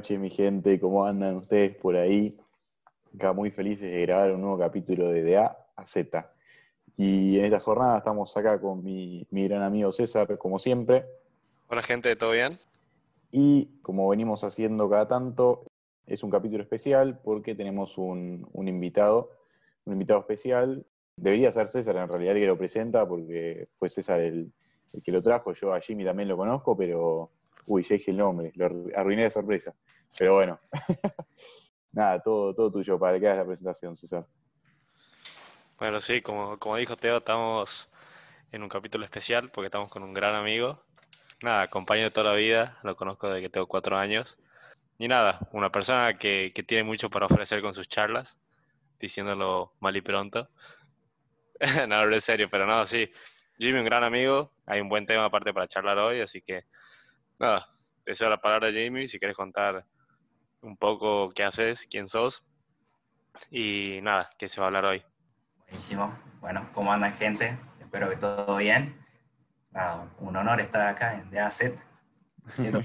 noches, mi gente. ¿Cómo andan ustedes por ahí? Acá muy felices de grabar un nuevo capítulo de A a Z. Y en esta jornada estamos acá con mi gran amigo César, como siempre. Hola gente, ¿todo bien? Y como venimos haciendo cada tanto, es un capítulo especial porque tenemos un invitado especial. Debería ser César en realidad el que lo presenta porque fue César el que lo trajo. Yo a Jimmy también lo conozco, pero... Uy, ya dije el nombre, lo arruiné de sorpresa. Pero bueno, nada, todo tuyo para que hagas la presentación, César. Bueno, sí, como dijo Teo, estamos en un capítulo especial porque estamos con un gran amigo. Nada, compañero de toda la vida, lo conozco desde que tengo 4 años. Y nada, una persona que tiene mucho para ofrecer con sus charlas, diciéndolo mal y pronto. No, hablo en serio, pero no, sí. Jimmy, un gran amigo, hay un buen tema aparte para charlar hoy, así que nada, te cedo la palabra a Jimmy, si quieres contar un poco qué haces, quién sos y nada, qué se va a hablar hoy. Buenísimo. Bueno, ¿cómo andan, gente? Espero que todo bien. Nada, un honor estar acá en DAZ. Siento...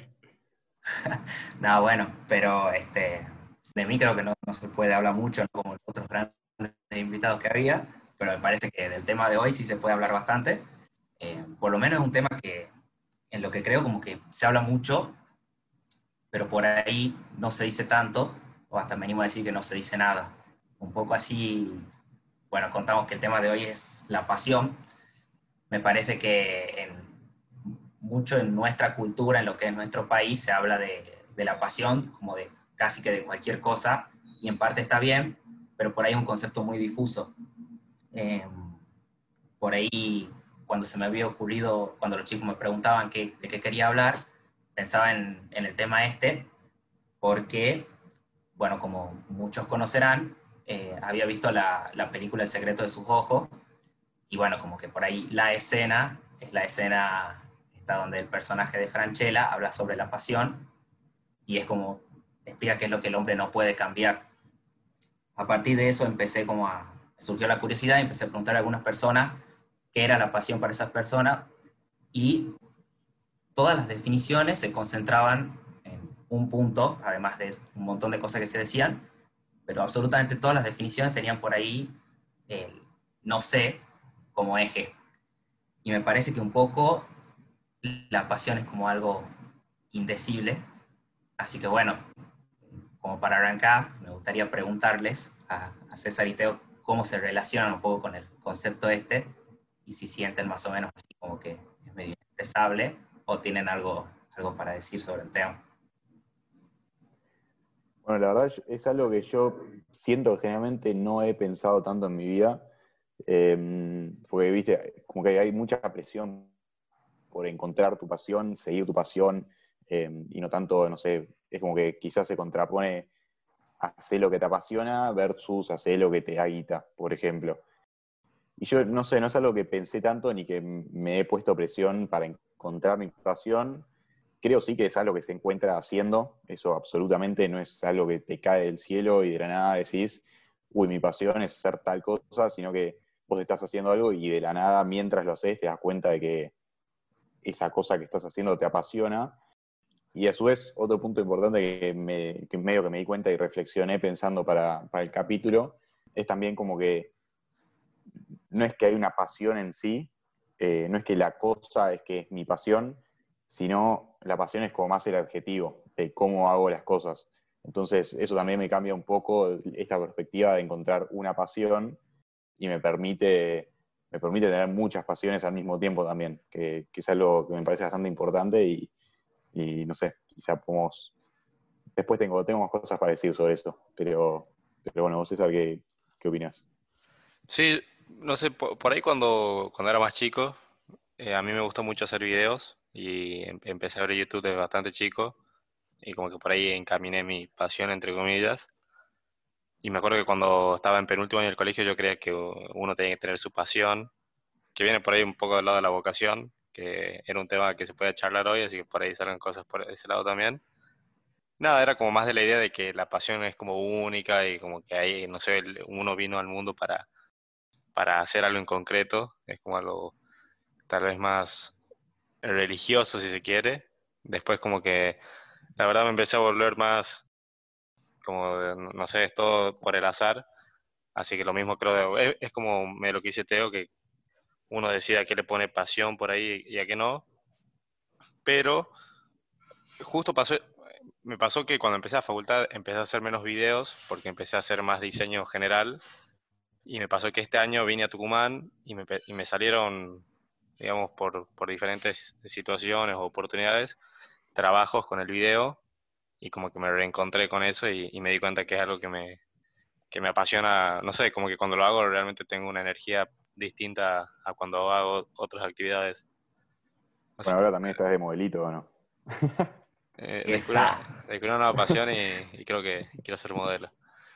Nada, bueno, pero de mí creo que no se puede hablar mucho, ¿no? Como los otros grandes invitados que había, pero me parece que del tema de hoy sí se puede hablar bastante. Por lo menos es un tema que, en lo que creo, como que se habla mucho, pero por ahí no se dice tanto, o hasta me animo a decir que no se dice nada. Un poco así, bueno, contamos que el tema de hoy es la pasión. Me parece que mucho en nuestra cultura, en lo que es nuestro país, se habla de la pasión, como de casi que de cualquier cosa, y en parte está bien, pero por ahí es un concepto muy difuso. Eh, por ahí, cuando se me había ocurrido, cuando los chicos me preguntaban de qué quería hablar, pensaba en el tema porque, bueno, como muchos conocerán, había visto la película El secreto de sus ojos, y bueno, como que por ahí la escena es la escena está donde el personaje de Francella habla sobre la pasión y es como explica qué es lo que el hombre no puede cambiar. A partir de eso surgió la curiosidad y empecé a preguntar a algunas personas qué era la pasión para esas personas y todas las definiciones se concentraban en un punto, además de un montón de cosas que se decían, pero absolutamente todas las definiciones tenían por ahí el no sé como eje. Y me parece que un poco la pasión es como algo indecible. Así que bueno, como para arrancar, me gustaría preguntarles a César y Teo cómo se relacionan un poco con el concepto y si sienten más o menos así como que es medio inexpresable o tienen algo para decir sobre el tema. Bueno, la verdad es algo que yo siento que generalmente no he pensado tanto en mi vida, porque, viste, como que hay mucha presión por encontrar tu pasión, seguir tu pasión, y no tanto, no sé, es como que quizás se contrapone hacer lo que te apasiona versus hacer lo que te da guita, por ejemplo. Y yo no sé, no es algo que pensé tanto ni que me he puesto presión para encontrar mi pasión. Creo sí que es algo que se encuentra haciendo, eso absolutamente no es algo que te cae del cielo y de la nada decís, uy, mi pasión es hacer tal cosa, sino que vos estás haciendo algo y de la nada, mientras lo haces, te das cuenta de que esa cosa que estás haciendo te apasiona. Y a su vez, otro punto importante que medio que me di cuenta y reflexioné pensando para el capítulo, es también como que no es que hay una pasión en sí, no es que la cosa es que es mi pasión, sino la pasión es como más el adjetivo de cómo hago las cosas. Entonces, eso también me cambia un poco esta perspectiva de encontrar una pasión y me permite tener muchas pasiones al mismo tiempo también, que es algo que me parece bastante importante y no sé, quizá podemos... Después tengo más cosas para decir sobre eso, pero bueno, vos César, ¿qué opinás? Sí, no sé, por ahí cuando era más chico, a mí me gustó mucho hacer videos y empecé a ver YouTube desde bastante chico y como que por ahí encaminé mi pasión, entre comillas. Y me acuerdo que cuando estaba en penúltimo año del colegio yo creía que uno tenía que tener su pasión, que viene por ahí un poco del lado de la vocación, que era un tema que se puede charlar hoy, así que por ahí salen cosas por ese lado también. Nada, era como más de la idea de que la pasión es como única y como que ahí, no sé, uno vino al mundo para hacer algo en concreto, es como algo tal vez más religioso si se quiere. Después como que La verdad me empecé a volver más, como, no sé, es todo por el azar. Así que lo mismo creo, es como lo que dice Teo, que uno decide a qué le pone pasión por ahí y a qué no. Pero justo me pasó que cuando empecé la facultad empecé a hacer menos videos porque empecé a hacer más diseño general. Y me pasó que este año vine a Tucumán y me salieron, digamos, por diferentes situaciones o oportunidades, trabajos con el video y como que me reencontré con eso y me di cuenta que es algo que me apasiona, no sé, como que cuando lo hago realmente tengo una energía distinta a cuando hago otras actividades. Así Bueno, que ahora también estás de modelito, ¿o no? Esa. descubrí una nueva pasión y creo que quiero ser modelo.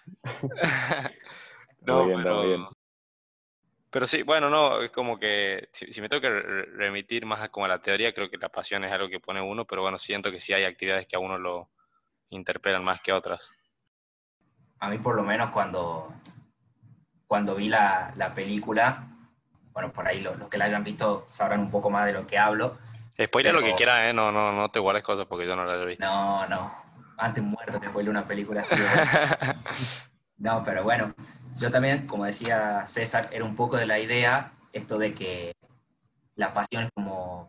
Muy No, bien, está muy bien. pero sí, bueno, no, es como que si me tengo que remitir más como a la teoría, creo que la pasión es algo que pone uno, pero bueno, siento que sí hay actividades que a uno lo interpelan más que otras. A mí por lo menos cuando vi la película, bueno, por ahí los que la hayan visto sabrán un poco más de lo que hablo, Spoiler lo que pero quieras, ¿eh? No te guardes cosas porque yo no las he visto. no, no, antes muerto que fue una película así de buena. No, pero bueno, yo también, como decía César, era un poco de la idea esto de que la pasión es como,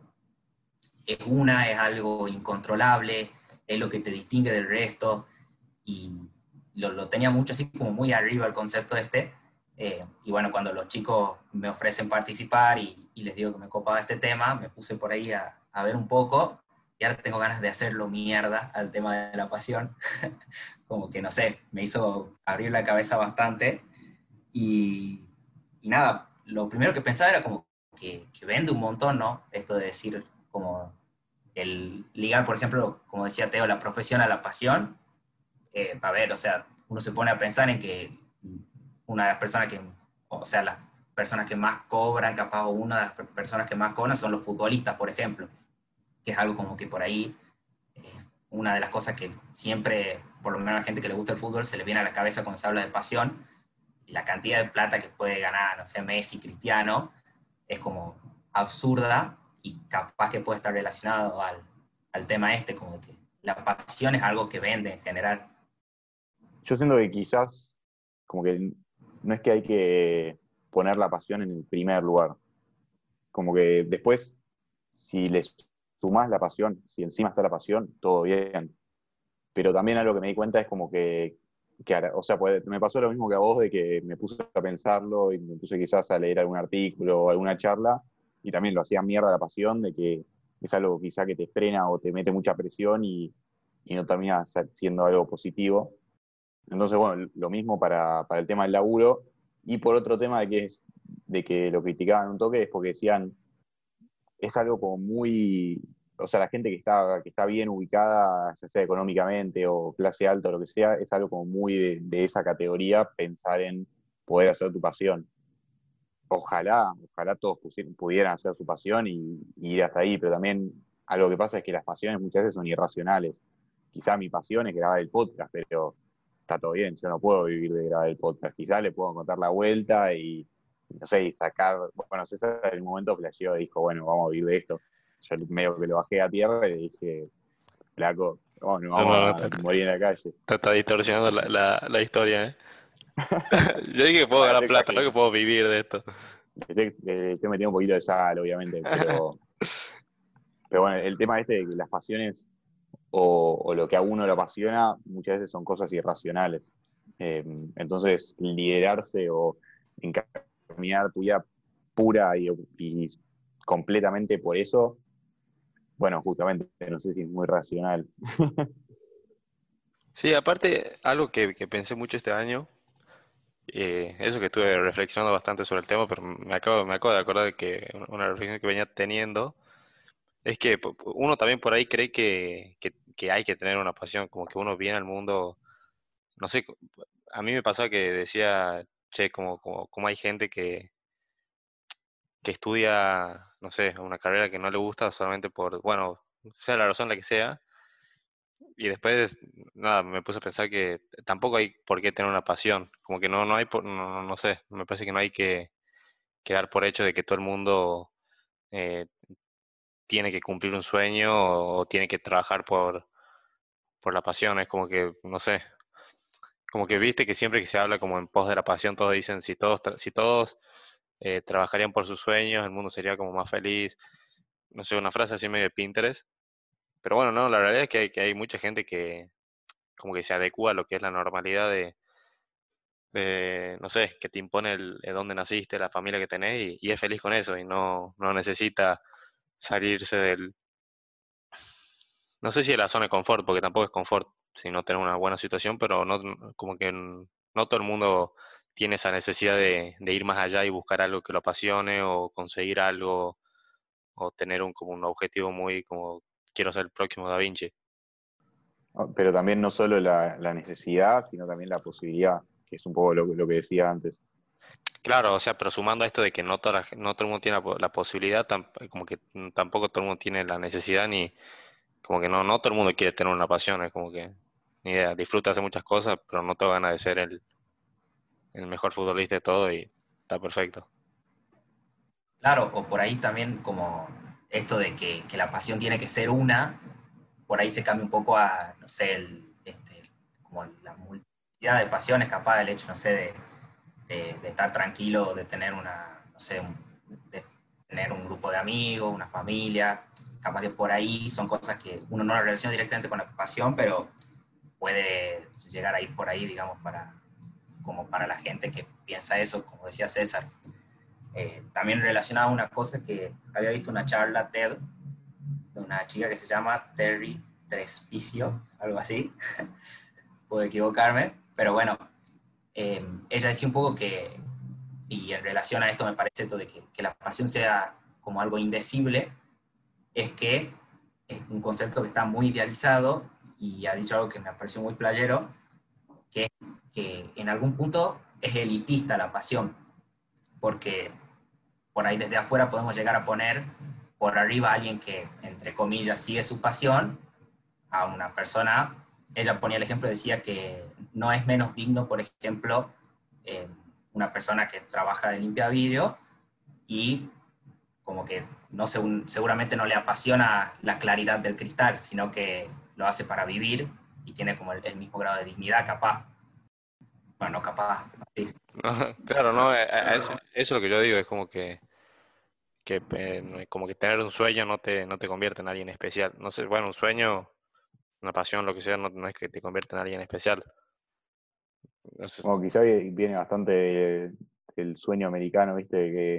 es algo incontrolable, es lo que te distingue del resto, y lo tenía mucho así como muy arriba el concepto este. Y bueno, cuando los chicos me ofrecen participar y les digo que me copaba este tema, me puse por ahí a ver un poco y ahora tengo ganas de hacerlo mierda al tema de la pasión. Como que no sé, me hizo abrir la cabeza bastante y, y nada, lo primero que pensaba era como que vende un montón, ¿no? Esto de decir como el ligar, por ejemplo, como decía Teo, la profesión a la pasión. A ver, o sea, uno se pone a pensar en que una de las personas que, o sea, las personas que más cobran, capaz, o una de las personas que más cobran son los futbolistas, por ejemplo, que es algo como que por ahí, eh, una de las cosas que siempre, por lo menos a la gente que le gusta el fútbol, se le viene a la cabeza cuando se habla de pasión, y la cantidad de plata que puede ganar, no sé, Messi, Cristiano, es como absurda y capaz que puede estar relacionado al tema este, como que la pasión es algo que vende en general. Yo siento que quizás, como que no es que hay que poner la pasión en el primer lugar. Como que después, si le sumás la pasión, si encima está la pasión, todo bien. Pero también algo que me di cuenta es como o sea, me pasó lo mismo que a vos, de que me puse a pensarlo y me puse quizás a leer algún artículo o alguna charla, y también lo hacía mierda la pasión, de que es algo quizá que te frena o te mete mucha presión y no termina siendo algo positivo. Entonces, bueno, lo mismo para el tema del laburo. Y por otro tema de que lo criticaban un toque, es porque decían, es algo como muy, o sea, la gente que está bien ubicada, ya sea económicamente o clase alta o lo que sea, es algo como muy de esa categoría pensar en poder hacer tu pasión. Ojalá todos pudieran hacer su pasión y ir hasta ahí, pero también algo que pasa es que las pasiones muchas veces son irracionales. Quizá mi pasión es grabar el podcast, pero está todo bien, yo no puedo vivir de grabar el podcast. Quizá le puedo contar la vuelta y no sé, y sacar, bueno, César en el momento flasheó y dijo, bueno, vamos a vivir de esto. Yo medio que lo bajé a tierra y le dije, flaco, no No, no, no, vamos a morir en la calle. está distorsionando la historia, ¿eh? Yo dije que puedo Bueno, ganar plata, no que puedo vivir de esto. le estoy metiendo un poquito de sal, obviamente, pero bueno, el tema este de que las pasiones o lo que a uno lo apasiona muchas veces son cosas irracionales. Entonces, liderarse o encaminar tu vida pura y completamente por eso, bueno, justamente, no sé si es muy racional. Sí, aparte, algo que pensé mucho este año, eso que estuve reflexionando bastante sobre el tema, pero me acabo de acordar de que una reflexión que venía teniendo es que uno también por ahí cree que hay que tener una pasión, como que uno viene al mundo, no sé, a mí me pasaba que decía, che, como hay gente que estudia, no sé, una carrera que no le gusta solamente por, bueno, sea la razón la que sea, y después, nada, me puse a pensar que tampoco hay por qué tener una pasión, como que no hay, no sé, me parece que no hay que dar por hecho de que todo el mundo eh, tiene que cumplir un sueño o tiene que trabajar por la pasión, es como que, no sé, como que viste que siempre que se habla como en pos de la pasión, todos dicen, si todos trabajarían por sus sueños, el mundo sería como más feliz, no sé, una frase así medio de Pinterest. Pero bueno, no, la realidad es que hay mucha gente que como que se adecua a lo que es la normalidad no sé, que te impone el dónde naciste, la familia que tenés y es feliz con eso y no necesita salirse no sé si de la zona de confort, porque tampoco es confort si no tener una buena situación, pero no, como que no todo el mundo tiene esa necesidad de ir más allá y buscar algo que lo apasione o conseguir algo o tener como un objetivo muy como quiero ser el próximo Da Vinci. Pero también no solo la necesidad, sino también la posibilidad, que es un poco lo que decía antes. Claro, o sea, pero sumando a esto de que no todo el mundo tiene la posibilidad, como que tampoco todo el mundo tiene la necesidad, ni como que no todo el mundo quiere tener una pasión, es como que, ni idea, disfruta hacer muchas cosas, pero no tengo ganas de ser el mejor futbolista de todo y está perfecto. Claro, o por ahí también como esto de que la pasión tiene que ser una, por ahí se cambia un poco a, no sé, como la multiplicidad de pasiones, capaz el hecho, no sé, de estar tranquilo, de tener no sé, de tener un grupo de amigos, una familia, capaz que por ahí son cosas que uno no lo relaciona directamente con la pasión, pero puede llegar a ir por ahí, digamos, como para la gente que piensa eso, como decía César. También relacionado a una cosa que había visto una charla TED de una chica que se llama Terry Trespicio, algo así, puedo equivocarme, pero bueno, ella decía un poco y en relación a esto me parece esto de que la pasión sea como algo indecible, es que es un concepto que está muy idealizado y ha dicho algo que me pareció muy playero, que es que en algún punto es elitista la pasión, porque por ahí desde afuera podemos llegar a poner por arriba a alguien que, entre comillas, sigue su pasión, a una persona, ella ponía el ejemplo, decía que no es menos digno, por ejemplo, eh, una persona que trabaja de limpia vidrio y como que no seguramente no le apasiona la claridad del cristal, sino que lo hace para vivir y tiene como el mismo grado de dignidad capaz. Bueno, no capaz, sí. Claro, no, eso es lo que yo digo, es como que como que tener un sueño no te convierte en alguien especial. No sé, bueno, un sueño, una pasión, lo que sea, no es que te convierta en alguien especial. No sé, Como quizá viene bastante del sueño americano, ¿viste?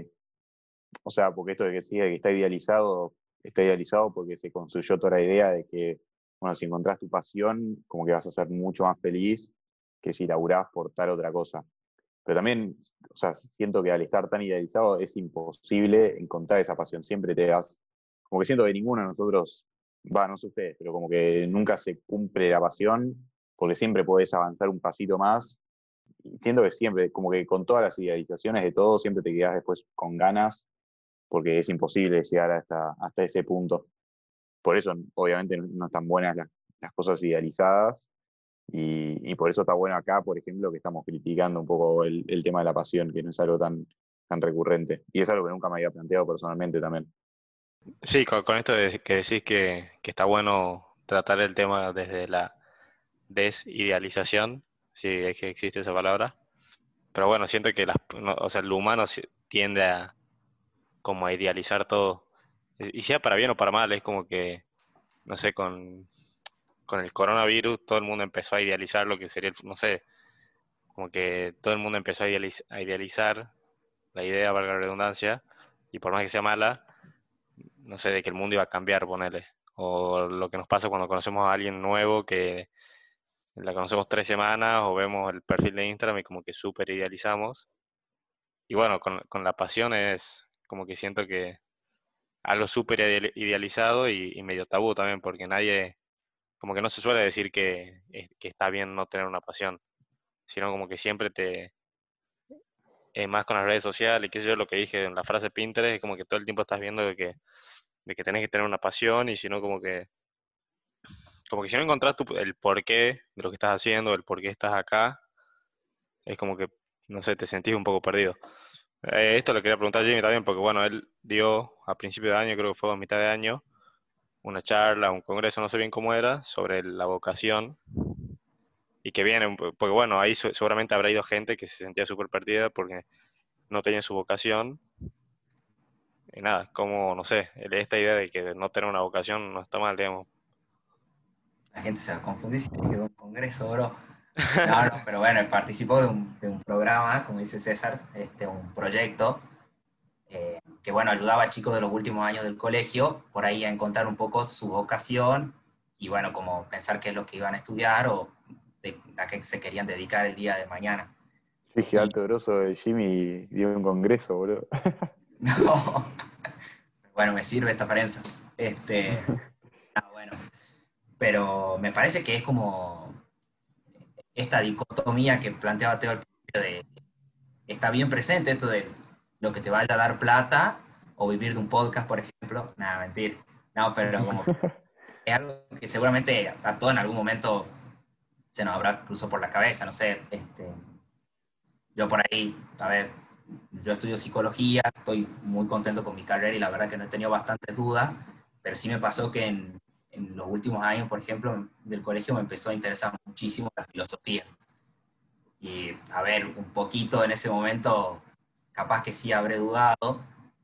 O sea, porque esto de que sigue que está idealizado porque se construyó toda la idea de que, bueno, si encontrás tu pasión, como que vas a ser mucho más feliz que si laburás por tal otra cosa. Pero también, o sea, siento que al estar tan idealizado es imposible encontrar esa pasión. Siempre te das, como que siento que ninguno de nosotros, va, no sé ustedes, pero como que nunca se cumple la pasión, porque siempre podés avanzar un pasito más. Y siento que siempre, como que con todas las idealizaciones de todo, siempre te quedás después con ganas, porque es imposible llegar hasta ese punto. Por eso, obviamente, no están buenas las cosas idealizadas, y por eso está bueno acá, por ejemplo, que estamos criticando un poco el tema de la pasión, que no es algo tan recurrente. Y es algo que nunca me había planteado personalmente también. sí, con esto que decís que está bueno tratar el tema desde la desidealización, si es que existe esa palabra. Pero bueno, siento que o sea, el humano tiende a como a idealizar todo. Y sea para bien o para mal, es como que, no sé, con el coronavirus todo el mundo empezó a idealizar lo que sería, no sé, como que todo el mundo empezó a idealizar la idea, valga la redundancia, y por más que sea mala, no sé, de que el mundo iba a cambiar, ponele. O lo que nos pasa cuando conocemos a alguien nuevo que la conocemos 3 semanas o vemos el perfil de Instagram y como que súper idealizamos. Y bueno, con la pasión es como que siento que algo súper idealizado y medio tabú también, porque nadie, como que no se suele decir que está bien no tener una pasión, sino como que siempre más con las redes sociales, qué sé yo, lo que dije en la frase Pinterest, es como que todo el tiempo estás viendo de que tenés que tener una pasión y si no como que si no encontrás el porqué de lo que estás haciendo, el por qué estás acá, es como que, no sé, te sentís un poco perdido. Esto lo quería preguntar a Jimmy también, porque bueno, él dio a principio de año, creo que fue a mitad de año, una charla, un congreso, no sé bien cómo era, sobre la vocación. Y que viene, porque bueno, ahí seguramente habrá ido gente que se sentía súper perdida porque no tenía su vocación. Y nada, como, no sé, esta idea de que no tener una vocación no está mal, digamos. La gente se va a confundir si te quedó un congreso, bro. No, no, pero bueno, participó de un programa, como dice César, un proyecto que, bueno, ayudaba a chicos de los últimos años del colegio por ahí a encontrar un poco su vocación y, bueno, como pensar qué es lo que iban a estudiar o a qué se querían dedicar el día de mañana. Yo dije, Y alto grosso de Jimmy dio un congreso, boludo. no, bueno, me sirve esta prensa. Bueno, pero me parece que es como esta dicotomía que planteaba Teo al principio de está bien presente esto de lo que te vaya a dar plata o vivir de un podcast, por ejemplo. Nada, mentir. No, pero como que es algo que seguramente a todos en algún momento se nos habrá cruzado por la cabeza, no sé. Yo por ahí, a ver, yo estudio psicología, estoy muy contento con mi carrera y la verdad que no he tenido bastantes dudas, pero sí me pasó que en los últimos años, por ejemplo, del colegio me empezó a interesar muchísimo la filosofía. Y a ver, un poquito en ese momento, capaz que sí habré dudado,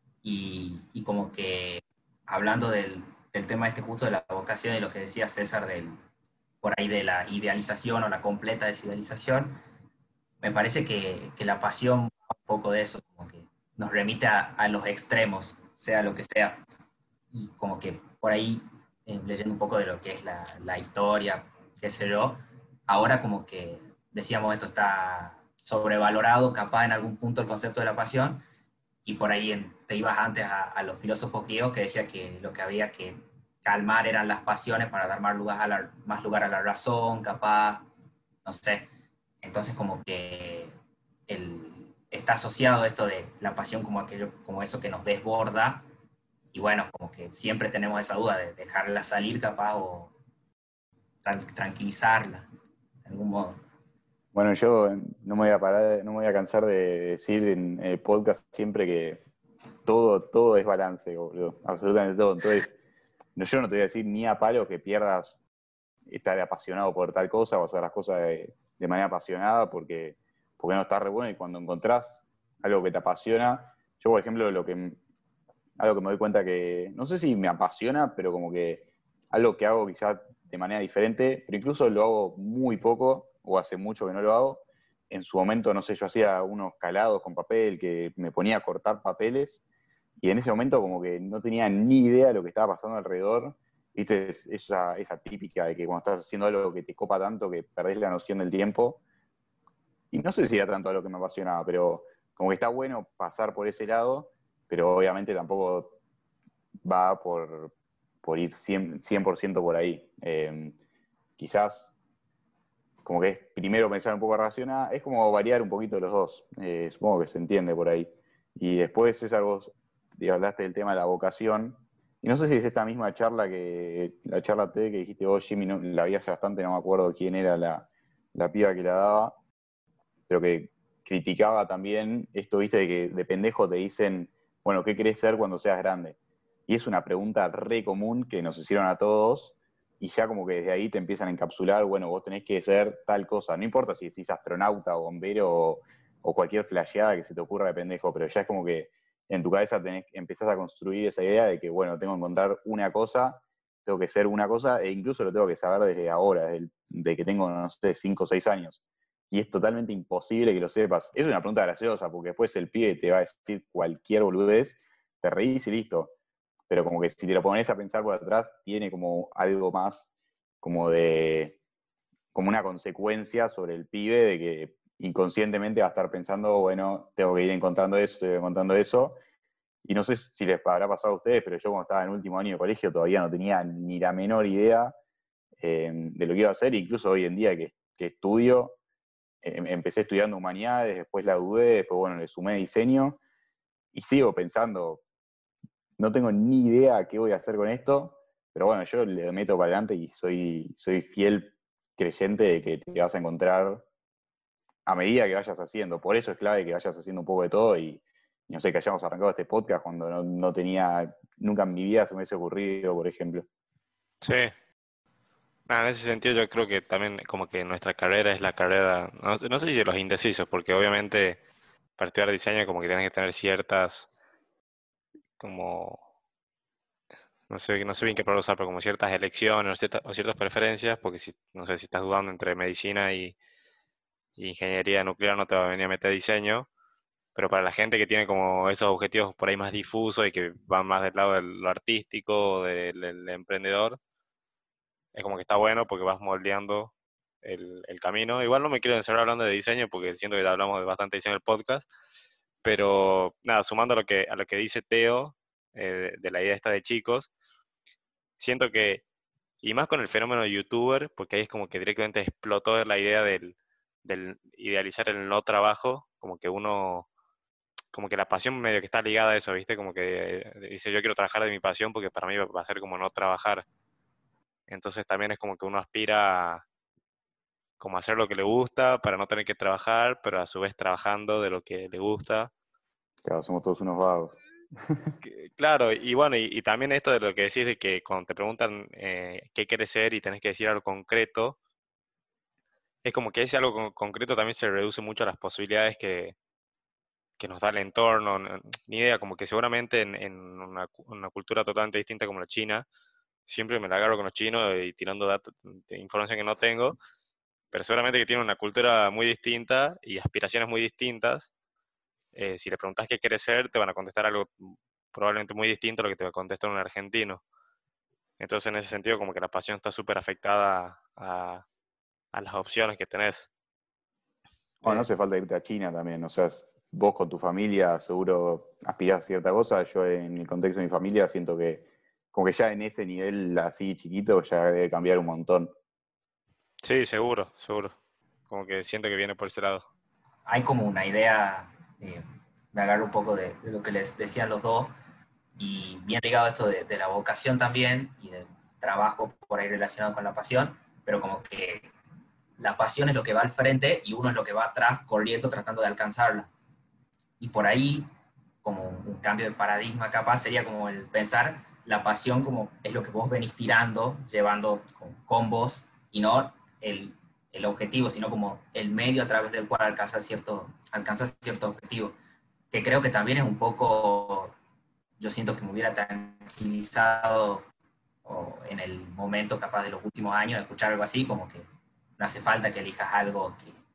y como que hablando del tema justo de la vocación y lo que decía César por ahí de la idealización o la completa desidealización, me parece que la pasión va un poco de eso, como que nos remite a los extremos, sea lo que sea, y como que por ahí, leyendo un poco de lo que es la historia, qué sé yo, ahora como que decíamos esto está sobrevalorado, capaz en algún punto el concepto de la pasión, y por ahí te ibas antes a los filósofos griegos que decía que lo que había que calmar eran las pasiones para dar más lugar a la razón, capaz, no sé. Entonces como que está asociado esto de la pasión como aquello, como eso que nos desborda, y bueno, como que siempre tenemos esa duda de dejarla salir capaz o tranquilizarla de algún modo. Bueno, yo no me voy a parar, no me voy a cansar de decir en el podcast siempre que todo es balance, boludo, absolutamente todo. Entonces, yo no te voy a decir ni a palo que pierdas estar apasionado por tal cosa o hacer las cosas de manera apasionada porque no está re bueno y cuando encontrás algo que te apasiona, yo por ejemplo algo que me doy cuenta que, no sé si me apasiona, pero como que algo que hago quizás de manera diferente, pero incluso lo hago muy poco o hace mucho que no lo hago. En su momento, no sé, yo hacía unos calados con papel, que me ponía a cortar papeles y en ese momento como que no tenía ni idea de lo que estaba pasando alrededor. Viste, esa típica de que cuando estás haciendo algo que te copa tanto que perdés la noción del tiempo. Y no sé si era tanto a lo que me apasionaba, pero como que está bueno pasar por ese lado, pero obviamente tampoco va por ir 100% por ahí. Quizás como que es primero pensar un poco racional, es como variar un poquito los dos, supongo que se entiende por ahí. Y después es algo, hablaste del tema de la vocación, y no sé si es esta misma charla la charla TED que dijiste vos, Jimmy, no, la vi hace bastante, no me acuerdo quién era la piba que la daba, pero que criticaba también esto, viste, de que de pendejo te dicen, bueno, ¿qué querés ser cuando seas grande? Y es una pregunta re común que nos hicieron a todos, y ya como que desde ahí te empiezan a encapsular, bueno, vos tenés que ser tal cosa, no importa si decís astronauta o bombero o cualquier flasheada que se te ocurra de pendejo, pero ya es como que en tu cabeza empezás a construir esa idea de que, bueno, tengo que encontrar una cosa, tengo que ser una cosa, e incluso lo tengo que saber desde ahora, de que tengo, no sé, 5 o 6 años. Y es totalmente imposible que lo sepas. Es una pregunta graciosa, porque después el pibe te va a decir cualquier boludez, te reís y listo. Pero como que si te lo pones a pensar por atrás, tiene como algo más como como una consecuencia sobre el pibe de que inconscientemente va a estar pensando, bueno, tengo que ir encontrando eso, tengo que ir encontrando eso. Y no sé si les habrá pasado a ustedes, pero yo cuando estaba en último año de colegio todavía no tenía ni la menor idea de lo que iba a hacer. Incluso hoy en día que estudio, empecé estudiando humanidades, después la dudé, después bueno, le sumé diseño y sigo pensando, no tengo ni idea qué voy a hacer con esto, pero bueno, yo le meto para adelante y soy fiel creyente de que te vas a encontrar a medida que vayas haciendo. Por eso es clave que vayas haciendo un poco de todo y no sé, que hayamos arrancado este podcast cuando no tenía, nunca en mi vida se me hubiese ocurrido, por ejemplo. Sí. Nada, en ese sentido yo creo que también como que nuestra carrera es la carrera, no sé si de los indecisos, porque obviamente para estudiar diseño como que tienes que tener ciertas, como, no sé bien qué palabra usar, pero como ciertas elecciones o ciertas preferencias, porque si, no sé, si estás dudando entre medicina y ingeniería nuclear no te va a venir a meter diseño, pero para la gente que tiene como esos objetivos por ahí más difusos y que van más del lado de lo artístico o del emprendedor, es como que está bueno porque vas moldeando el camino. Igual no me quiero encerrar hablando de diseño porque siento que ya hablamos de bastante diseño en el podcast, pero nada, sumando a lo que dice Teo, de la idea esta de chicos, siento que, y más con el fenómeno de youtuber, porque ahí es como que directamente explotó la idea del idealizar el no trabajo, como que la pasión medio que está ligada a eso, ¿viste? Como que dice yo quiero trabajar de mi pasión porque para mí va a ser como no trabajar. Entonces también es como que uno aspira como hacer lo que le gusta para no tener que trabajar, pero a su vez trabajando de lo que le gusta. Claro, somos todos unos vagos. Claro, y bueno, y también esto de lo que decís de que cuando te preguntan qué quieres ser y tenés que decir algo concreto, es como que ese algo concreto también se reduce mucho a las posibilidades que nos da el entorno, ni idea, como que seguramente en una cultura totalmente distinta como la China, siempre me la agarro con los chinos y tirando datos, de información que no tengo, pero seguramente que tienen una cultura muy distinta y aspiraciones muy distintas. Si le preguntas qué quieres ser, te van a contestar algo probablemente muy distinto a lo que te va a contestar un argentino. Entonces, en ese sentido, como que la pasión está súper afectada a las opciones que tenés. Bueno, no Eh, hace falta irte a China también, o sea, vos con tu familia seguro aspirás a cierta cosa, yo en el contexto de mi familia siento que como que ya en ese nivel así chiquito ya debe cambiar un montón. sí, seguro, seguro. Como que siento que viene por ese lado. Hay como una idea, me agarro un poco de lo que les decían los dos, y bien ligado a esto de la vocación también y del trabajo por ahí relacionado con la pasión, pero como que la pasión es lo que va al frente y uno es lo que va atrás corriendo tratando de alcanzarla. Y por ahí, como un cambio de paradigma capaz, sería como el pensar la pasión como es lo que vos venís tirando, llevando con vos, y no el objetivo, sino como el medio a través del cual alcanzas cierto objetivo. Que creo que también es un poco, yo siento que me hubiera tranquilizado o en el momento capaz de los últimos años de escuchar algo así, como que no hace falta que elijas algo,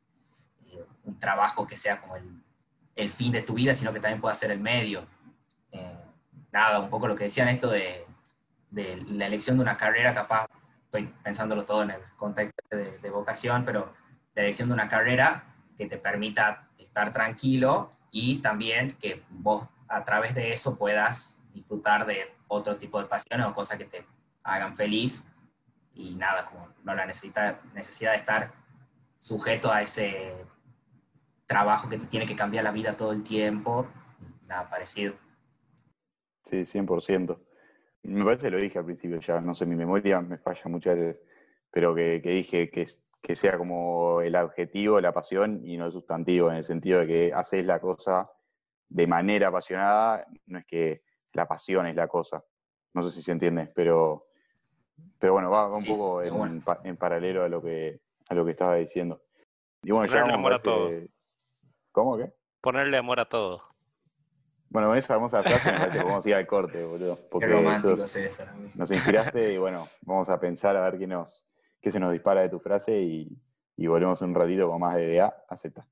un trabajo que sea como el fin de tu vida, sino que también pueda ser el medio. Eh, Nada, un poco lo que decían esto de la elección de una carrera, capaz, estoy pensándolo todo en el contexto de vocación, pero la elección de una carrera que te permita estar tranquilo y también que vos a través de eso puedas disfrutar de otro tipo de pasiones o cosas que te hagan feliz y nada, como no la necesidad de estar sujeto a ese trabajo que te tiene que cambiar la vida todo el tiempo, nada parecido. Sí, 100%. Me parece que lo dije al principio ya, no sé, mi memoria me falla muchas veces, pero que dije que sea como el adjetivo, la pasión y no el sustantivo, en el sentido de que haces la cosa de manera apasionada, no es que la pasión es la cosa. No sé si se entiende, pero bueno, va un Sí, poco de una. en paralelo a lo que estaba diciendo. Y bueno, ya Ponerle vamos, me amor a todo. parece. ¿Cómo qué? Ponerle amor a todo. Bueno, con esa hermosa frase me parece que vamos a ir al corte, boludo, Qué porque romántico César. nos inspiraste y bueno, vamos a pensar a ver qué se nos dispara de tu frase y volvemos un ratito con más de A a Z.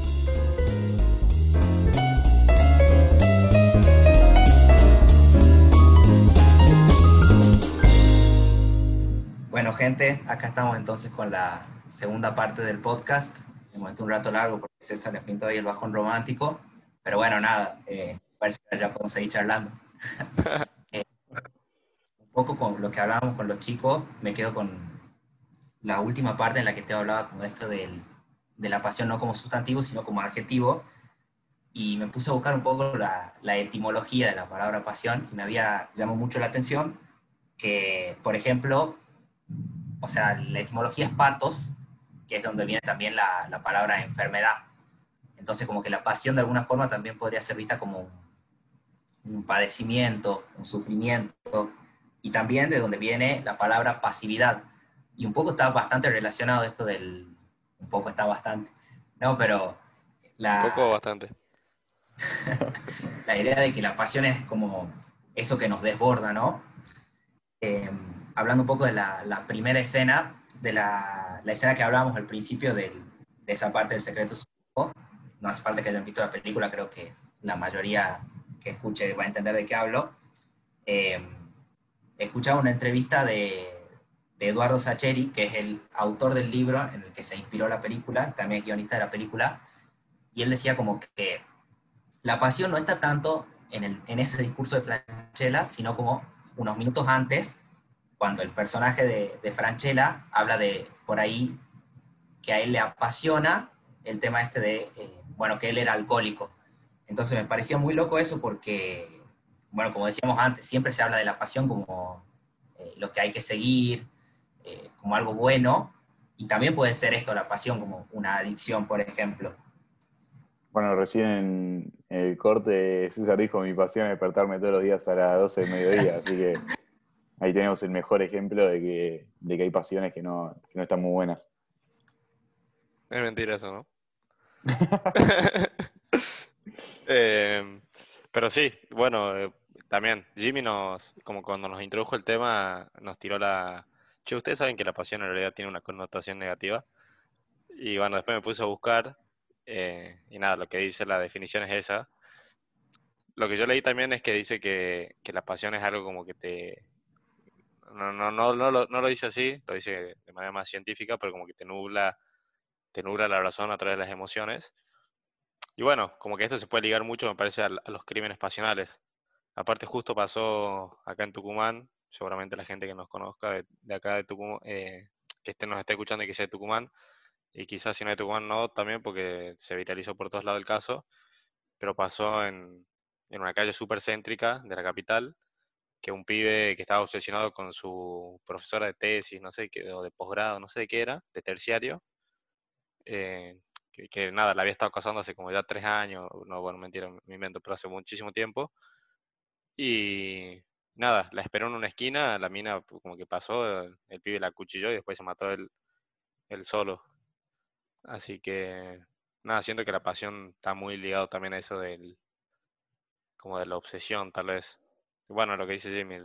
Bueno, gente, acá estamos entonces con la segunda parte del podcast. Hemos hecho un rato largo porque César le pintó ahí el bajón romántico, pero bueno, nada, parece que ya podemos seguir charlando. Eh, un poco con lo que hablábamos con los chicos, me quedo con la última parte en la que te hablaba como de esto de la pasión no como sustantivo, sino como adjetivo, y me puse a buscar un poco la etimología de la palabra pasión y me había llamado mucho la atención que, por ejemplo, o sea, la etimología es patos, que es donde viene también la palabra enfermedad. Entonces, como que la pasión de alguna forma también podría ser vista como un padecimiento, un sufrimiento. y también de donde viene la palabra pasividad. Y un poco está bastante relacionado esto del, un poco está bastante, no, pero Un poco o la, bastante. la idea de que la pasión es como eso que nos desborda, ¿no? Eh, Hablando un poco de la primera escena, de la escena que hablábamos al principio de esa parte del secreto, no hace falta que hayan visto la película, creo que la mayoría que escuche va a entender de qué hablo. Eh, Escuchaba una entrevista de Eduardo Sacheri, que es el autor del libro en el que se inspiró la película, también es guionista de la película, y él decía como que la pasión no está tanto en ese discurso de Franchella, sino como unos minutos antes, cuando el personaje de Franchella habla de por ahí que a él le apasiona el tema este de, bueno, que él era alcohólico. Entonces me parecía muy loco eso porque, bueno, como decíamos antes, siempre se habla de la pasión como lo que hay que seguir, como algo bueno, y también puede ser esto, la pasión, como una adicción, por ejemplo. Bueno, recién en el corte César dijo, mi pasión es despertarme todos los días a las 12 del mediodía, así que ahí tenemos el mejor ejemplo de que hay pasiones que no están muy buenas. Es mentira eso, ¿no? Eh, pero sí, bueno, también Jimmy como cuando nos introdujo el tema, nos tiró Che, ustedes saben que la pasión en realidad tiene una connotación negativa. Y bueno, después me puse a buscar y nada, lo que dice la definición es esa. Lo que yo leí también es que dice que la pasión es algo como que te... No lo dice así, lo dice de manera más científica, pero como que te nubla la razón a través de las emociones. Y bueno, como que esto se puede ligar mucho, me parece, a los crímenes pasionales. Aparte, justo pasó acá en Tucumán, seguramente la gente que nos conozca de acá de Tucumán, nos esté escuchando y que sea de Tucumán, y quizás si no de Tucumán no, también porque se viralizó por todos lados el caso, pero pasó en una calle súper céntrica de la capital, que un pibe que estaba obsesionado con su profesora de tesis, no sé qué, o de posgrado, no sé de qué era, de terciario, que nada, la había estado casando hace como ya 3 años, no, bueno, mentira, me invento, pero hace muchísimo tiempo. Y nada, la esperó en una esquina, la mina como que pasó, el pibe la acuchilló y después se mató él solo. Así que nada, siento que la pasión está muy ligado también a eso como de la obsesión, tal vez. Bueno, lo que dice Jimmy,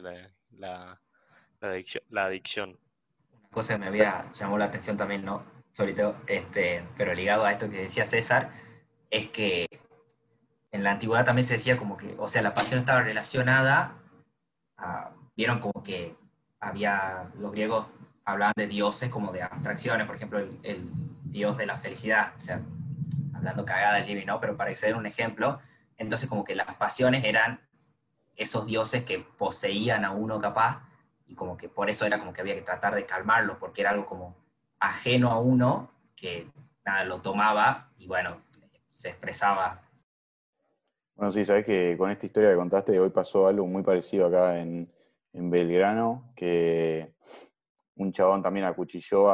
la adicción. Una cosa que me había llamado la atención también, ¿no? Sobre todo, pero ligado a esto que decía César, es que en la antigüedad también se decía como que, o sea, la pasión estaba relacionada vieron como que los griegos hablaban de dioses como de abstracciones, por ejemplo, el dios de la felicidad, o sea, hablando cagada Jimmy, ¿no? Pero para que se den un ejemplo, entonces como que las pasiones eran esos dioses que poseían a uno capaz, y como que por eso era como que había que tratar de calmarlos, porque era algo como ajeno a uno, que nada, lo tomaba y bueno, se expresaba. Bueno, sí, sabés que con esta historia que contaste, hoy pasó algo muy parecido acá en Belgrano, que un chabón también acuchilló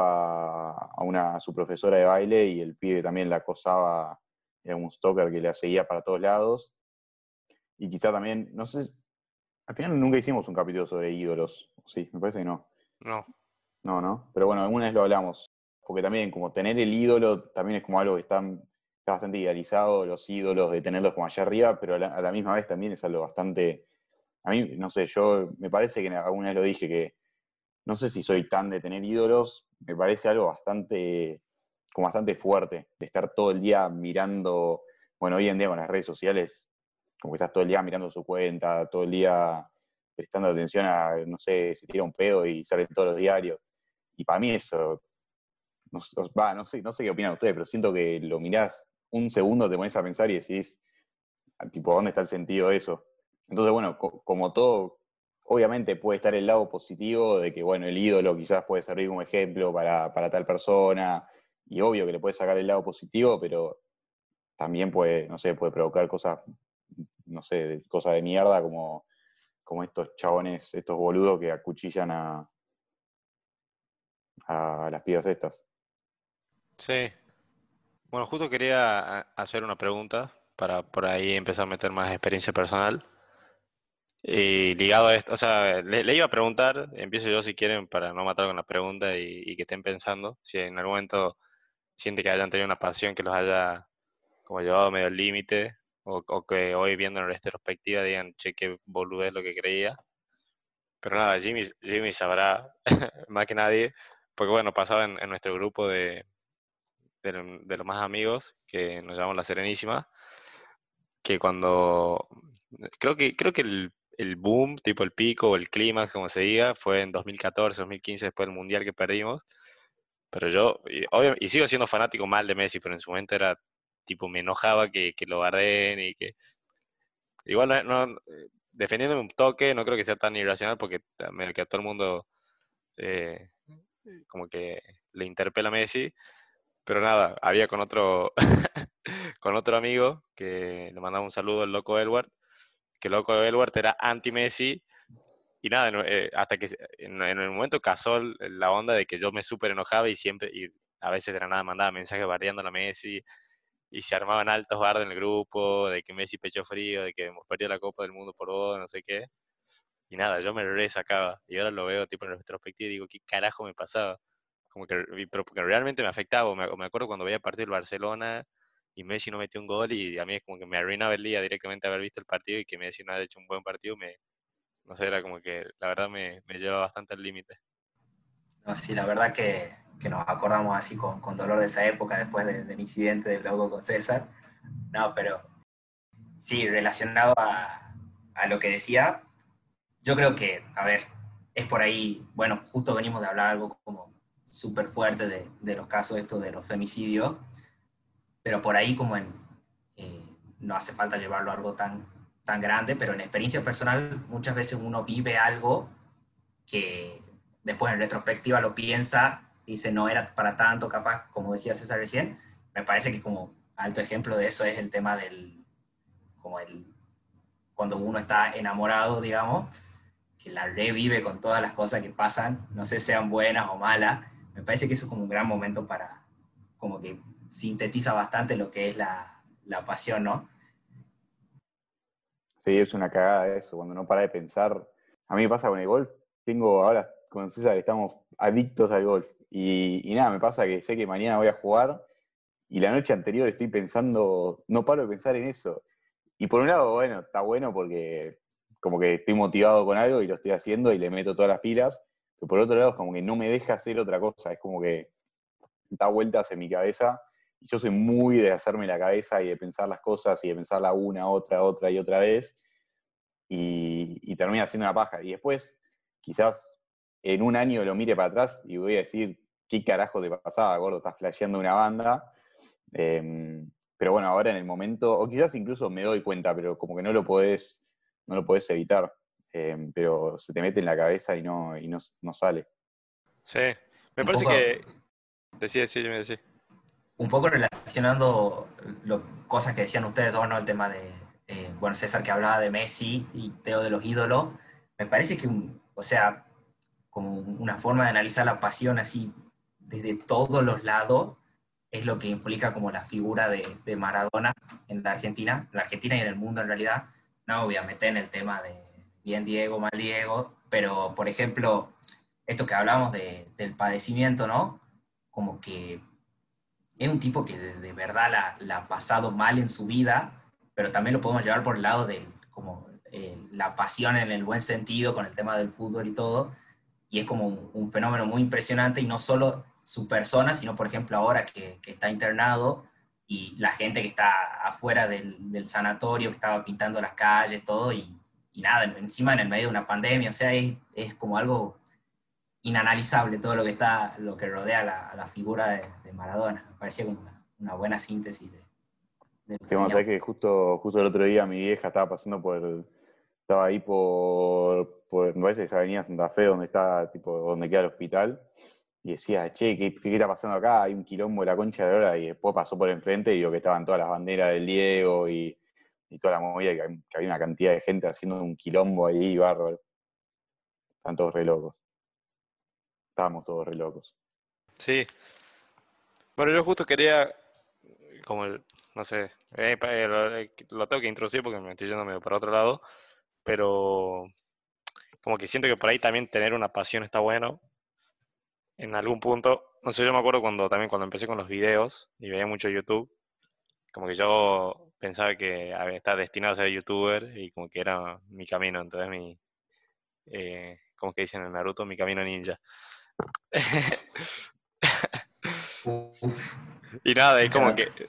a su profesora de baile y el pibe también la acosaba, era un stalker que la seguía para todos lados. Y quizá también, no sé, al final nunca hicimos un capítulo sobre ídolos, sí, me parece que no. No, No, ¿no? Pero bueno, alguna vez lo hablamos. Porque también como tener el ídolo también es como algo que está bastante idealizado, los ídolos, de tenerlos como allá arriba, pero a la misma vez también es algo bastante... A mí, no sé, yo me parece que alguna vez lo dije que no sé si soy tan de tener ídolos, me parece algo como bastante fuerte, de estar todo el día mirando, bueno, hoy en día con las redes sociales, como que estás todo el día mirando su cuenta, todo el día prestando atención a, no sé, si tira un pedo y sale en todos los diarios. Y para mí eso, no sé qué opinan ustedes, pero siento que lo mirás un segundo, te pones a pensar y decís, tipo, ¿dónde está el sentido de eso? Entonces, bueno, como todo, obviamente puede estar el lado positivo de que, bueno, el ídolo quizás puede servir como ejemplo para tal persona, y obvio que le puede sacar el lado positivo, pero también puede, no sé, puede provocar cosas, no sé, cosas de mierda como estos chabones, estos boludos que acuchillan a las pibas estas. sí. Bueno, justo quería hacer una pregunta para por ahí empezar a meter más experiencia personal. Y ligado a esto, o sea, le iba a preguntar, empiezo yo si quieren para no matar con la pregunta y que estén pensando, si en algún momento siente que hayan tenido una pasión que los haya como llevado medio al límite, o que hoy viendo en retrospectiva digan, che, qué boludez lo que creía. Pero nada, Jimmy sabrá más que nadie, porque bueno, pasaba en nuestro grupo de los más amigos, que nos llamamos La Serenísima, que cuando, creo que el boom, tipo el pico o el clímax, como se diga, fue en 2014, 2015, después del Mundial que perdimos. Pero yo, y sigo siendo fanático mal de Messi, pero en su momento era, tipo, me enojaba que lo bardeen y que, igual defendiéndome un toque, no creo que sea tan irracional porque medio que a todo el mundo eh, como que le interpela a Messi, pero nada, había con otro, con otro amigo que le mandaba un saludo, el loco Edward, que el loco Edward era anti-Messi. Y nada, hasta que en el momento casó la onda de que yo me súper enojaba y siempre, y a veces de la nada mandaba mensajes bardeando a la Messi, y se armaban altos bardos en el grupo, de que Messi pechó frío, de que hemos perdido la Copa del Mundo por vos, no sé qué. Y nada, yo me resacaba. Y ahora lo veo tipo en retrospectiva y digo, ¿qué carajo me pasaba? Como que, pero porque realmente me afectaba. O me acuerdo cuando veía el partido del Barcelona y Messi no metió un gol y a mí es como que me arruinaba el día directamente haber visto el partido y que Messi no haya hecho un buen partido, no sé, era como que la verdad me lleva bastante al límite. No, sí, la verdad que nos acordamos así con dolor de esa época después del incidente del logo con César. No, pero sí, relacionado a lo que decía, yo creo que, a ver, es por ahí, bueno, justo venimos de hablar algo como súper fuerte de los casos estos de los femicidios, pero por ahí como eh, no hace falta llevarlo a algo tan grande, pero en experiencia personal muchas veces uno vive algo que después en retrospectiva lo piensa, dice no era para tanto, capaz, como decía César recién. Me parece que como alto ejemplo de eso es el tema como cuando uno está enamorado, digamos, que la revive con todas las cosas que pasan, no sé sean buenas o malas. Me parece que eso es como un gran momento para, como que sintetiza bastante lo que es la pasión, ¿no? Sí, es una cagada eso, cuando no para de pensar. A mí me pasa con el golf. Tengo ahora con César, estamos adictos al golf. Y nada, me pasa que sé que mañana voy a jugar y la noche anterior estoy pensando, no paro de pensar en eso. Y por un lado, bueno, está bueno porque como que estoy motivado con algo y lo estoy haciendo y le meto todas las pilas. Pero por otro lado, es como que no me deja hacer otra cosa. Es como que da vueltas en mi cabeza. Y yo soy muy de hacerme la cabeza y de pensar las cosas y de pensarla una, otra y otra vez y termina siendo una paja. Y después, quizás en un año lo mire para atrás y voy a decir, ¿qué carajo te pasaba, gordo? Estás flasheando una banda. Pero bueno, ahora en el momento, o quizás incluso me doy cuenta, pero como que no lo podés evitar. Pero se te mete en la cabeza y no sale. Sí, me Un parece poco, que, decía, sí, me decía. un poco relacionando cosas que decían ustedes dos, ¿no? El tema de, bueno, César que hablaba de Messi y Teo de los ídolos, me parece que, o sea, como una forma de analizar la pasión así desde todos los lados, es lo que implica como la figura de Maradona en la Argentina y en el mundo en realidad. No voy a meter en el tema de bien Diego, mal Diego, pero por ejemplo, esto que hablamos del padecimiento, ¿no? Como que es un tipo que de verdad la ha pasado mal en su vida, pero también lo podemos llevar por el lado de como la pasión en el buen sentido con el tema del fútbol y todo, y es como un fenómeno muy impresionante y no solo su persona, sino por ejemplo ahora que está internado y la gente que está afuera del sanatorio, que estaba pintando las calles, todo, y nada, encima en el medio de una pandemia, o sea, es como algo inanalizable todo lo que está, lo que rodea a la figura de Maradona. Me parecía como una buena síntesis de lo que Vamos a ver veníamos. que justo el otro día mi vieja estaba pasando estaba ahí me parece que es Avenida Santa Fe, donde está, tipo, donde queda el hospital, y decía, che, ¿qué está pasando acá? Hay un quilombo de la concha de la hora, y después pasó por enfrente y vio que estaban todas las banderas del Diego y toda la movida, que había una cantidad de gente haciendo un quilombo ahí, bárbaro. Están todos re locos. Estábamos todos re locos. Sí, bueno, yo justo quería, como, no sé, lo tengo que introducir porque me estoy yendo medio para otro lado, pero como que siento que por ahí también tener una pasión está bueno. En algún punto, no sé, yo me acuerdo cuando empecé con los videos y veía mucho YouTube, como que yo pensaba que estaba destinado a ser youtuber y como que era mi camino, entonces como que dicen en Naruto, mi camino ninja. Uf, Y nada, es mucha como data. que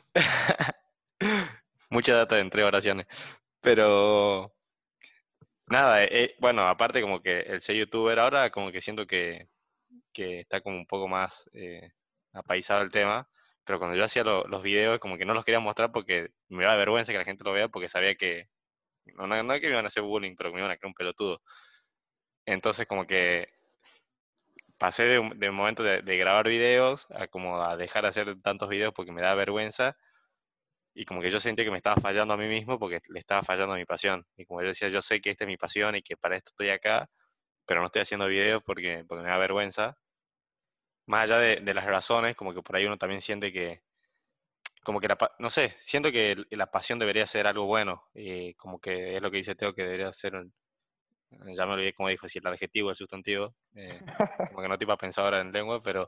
mucha data entre oraciones. Pero nada, bueno, aparte como que el ser youtuber ahora como que siento que está como un poco más apaisado el tema, pero cuando yo hacía los videos como que no los quería mostrar porque me daba vergüenza que la gente lo vea porque sabía que, no es que me iban a hacer bullying, pero que me iban a creer un pelotudo. Entonces como que pasé de un momento de grabar videos a como a dejar de hacer tantos videos porque me daba vergüenza. Y como que yo sentía que me estaba fallando a mí mismo porque le estaba fallando a mi pasión. Y como yo decía, yo sé que esta es mi pasión y que para esto estoy acá, pero no estoy haciendo videos porque me da vergüenza. Más allá de las razones, como que por ahí uno también siente que, como que no sé, siento que la pasión debería ser algo bueno. Y como que es lo que dice Teo, que debería ser, ya me olvidé cómo dijo, si el adjetivo o el sustantivo. Como que no estoy para pensar ahora en lengua, pero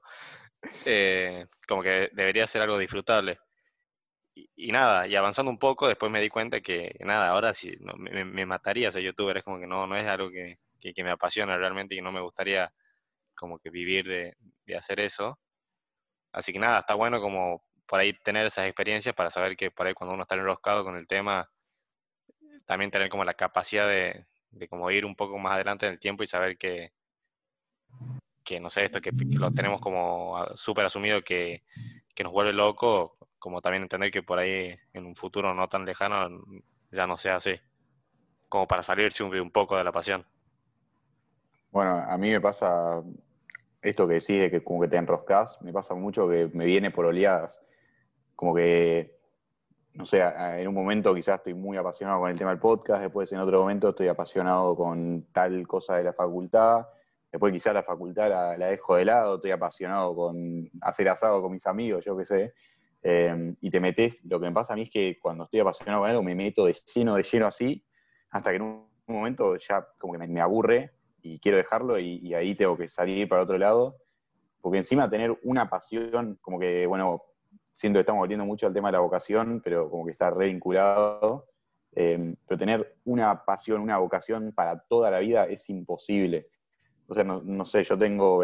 como que debería ser algo disfrutable. Y nada, y avanzando un poco, después me di cuenta que nada, ahora sí no, me mataría ser youtuber, es como que no es algo que me apasiona realmente y no me gustaría como que vivir de hacer eso. Así que nada, está bueno como por ahí tener esas experiencias para saber que por ahí cuando uno está enroscado con el tema, también tener como la capacidad de como ir un poco más adelante en el tiempo y saber que no sé, esto que lo tenemos como súper asumido que nos vuelve loco, como también entender que por ahí en un futuro no tan lejano ya no sea así, como para salirse un poco de la pasión. Bueno, a mí me pasa esto que decís de que como que te enroscás, me pasa mucho que me viene por oleadas. Como que, no sé, en un momento quizás estoy muy apasionado con el tema del podcast, después en otro momento estoy apasionado con tal cosa de la facultad, después quizás la facultad la dejo de lado, estoy apasionado con hacer asado con mis amigos, yo qué sé. Y te metes, lo que me pasa a mí es que cuando estoy apasionado con algo me meto de lleno así, hasta que en un momento ya como que me aburre y quiero dejarlo y ahí tengo que salir para otro lado, porque encima tener una pasión, como que, bueno, siento que estamos volviendo mucho al tema de la vocación, pero como que está re vinculado. Pero tener una pasión, una vocación para toda la vida es imposible. O sea, no sé, yo tengo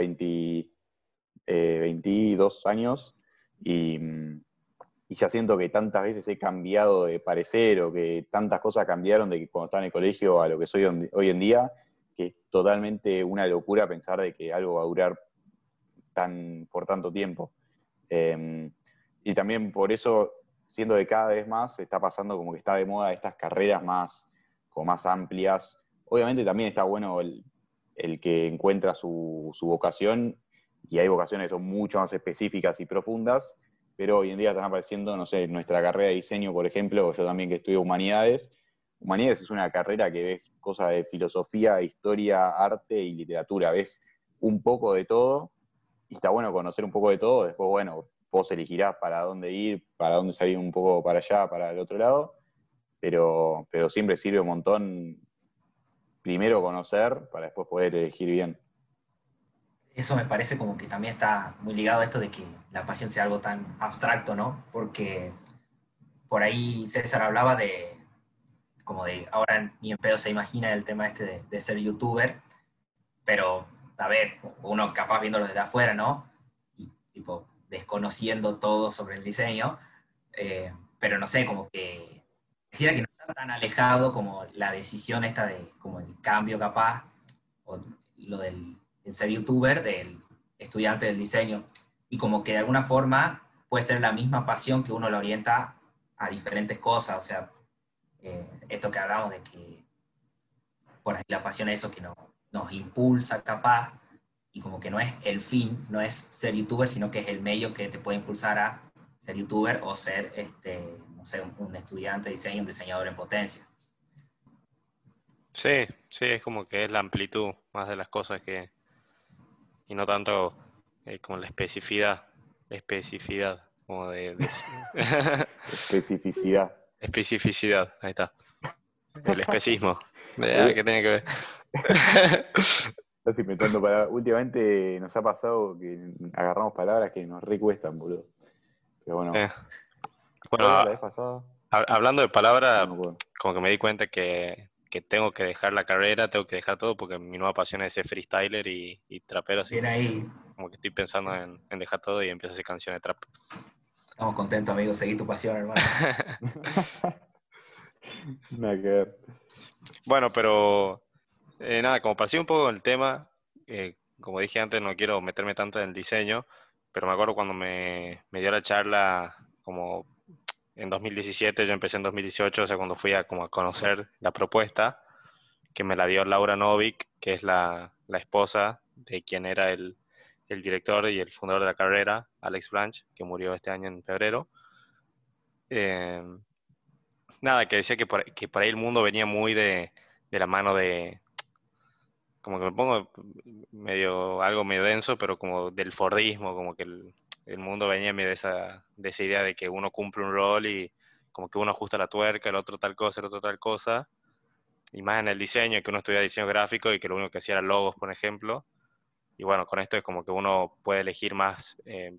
22 años y, y ya siento que tantas veces he cambiado de parecer o que tantas cosas cambiaron de que cuando estaba en el colegio a lo que soy hoy en día, que es totalmente una locura pensar de que algo va a durar por tanto tiempo. Eh, y también por eso, siendo que cada vez más se está pasando como que está de moda estas carreras como más amplias. Obviamente también está bueno el que encuentra su vocación, y hay vocaciones que son mucho más específicas y profundas, pero hoy en día están apareciendo, no sé, nuestra carrera de diseño, por ejemplo, yo también que estudio humanidades. Humanidades es una carrera que ves cosas de filosofía, historia, arte y literatura, ves un poco de todo, y está bueno conocer un poco de todo. Después, bueno, vos elegirás para dónde ir, para dónde salir, un poco para allá, para el otro lado, pero siempre sirve un montón primero conocer para después poder elegir bien. Eso me parece como que también está muy ligado a esto de que la pasión sea algo tan abstracto, ¿no? Porque por ahí César hablaba de, como de, ahora ni en pedo se imagina el tema este de ser youtuber, pero, a ver, uno capaz viéndolo desde afuera, ¿no? Y tipo, desconociendo todo sobre el diseño, pero no sé, como que quisiera que no está tan alejado como la decisión esta de, como el cambio capaz, o lo del el ser youtuber, del estudiante del diseño, y como que de alguna forma puede ser la misma pasión que uno lo orienta a diferentes cosas, o sea, esto que hablamos de que por ahí la pasión es eso que nos impulsa capaz, y como que no es el fin, no es ser youtuber, sino que es el medio que te puede impulsar a ser youtuber o ser, no sé, un estudiante de diseño, un diseñador en potencia. Sí, sí, es como que es la amplitud más de las cosas y no tanto como especificidad, como Especificidad. especificidad, ahí está, el especismo. Ya, ¿qué tiene que ver? Estás inventando palabras. Últimamente nos ha pasado que agarramos palabras que nos recuestan, boludo. Pero bueno, Eh, ¿qué Bueno, hablamos la vez pasada? hablando de No palabras, me acuerdo. como que me di cuenta que tengo que dejar la carrera, tengo que dejar todo porque mi nueva pasión es ser freestyler y trapero, así Bien que ahí, como que estoy pensando en dejar todo y empiezo a hacer canciones de trap. estamos contentos, amigos. Seguí tu pasión, hermano. Nada que ver. Bueno, pero nada, como para seguir un poco el tema, como dije antes, no quiero meterme tanto en el diseño, pero me acuerdo cuando me dio la charla como en 2017, yo empecé en 2018, o sea, cuando fui a, como a conocer la propuesta, que me la dio Laura Novik, que es la esposa de quien era el director y el fundador de la carrera, Alex Blanch, que murió este año en febrero. Eh, Nada, que decía que por ahí el mundo venía muy de la mano de, como que me pongo algo medio denso, pero como del Fordismo, como que el mundo venía medio de esa idea de que uno cumple un rol y como que uno ajusta la tuerca, el otro tal cosa, el otro tal cosa, y más en el diseño, que uno estudia diseño gráfico y que lo único que hacía era logos, por ejemplo. Y bueno, con esto es como que uno puede elegir más,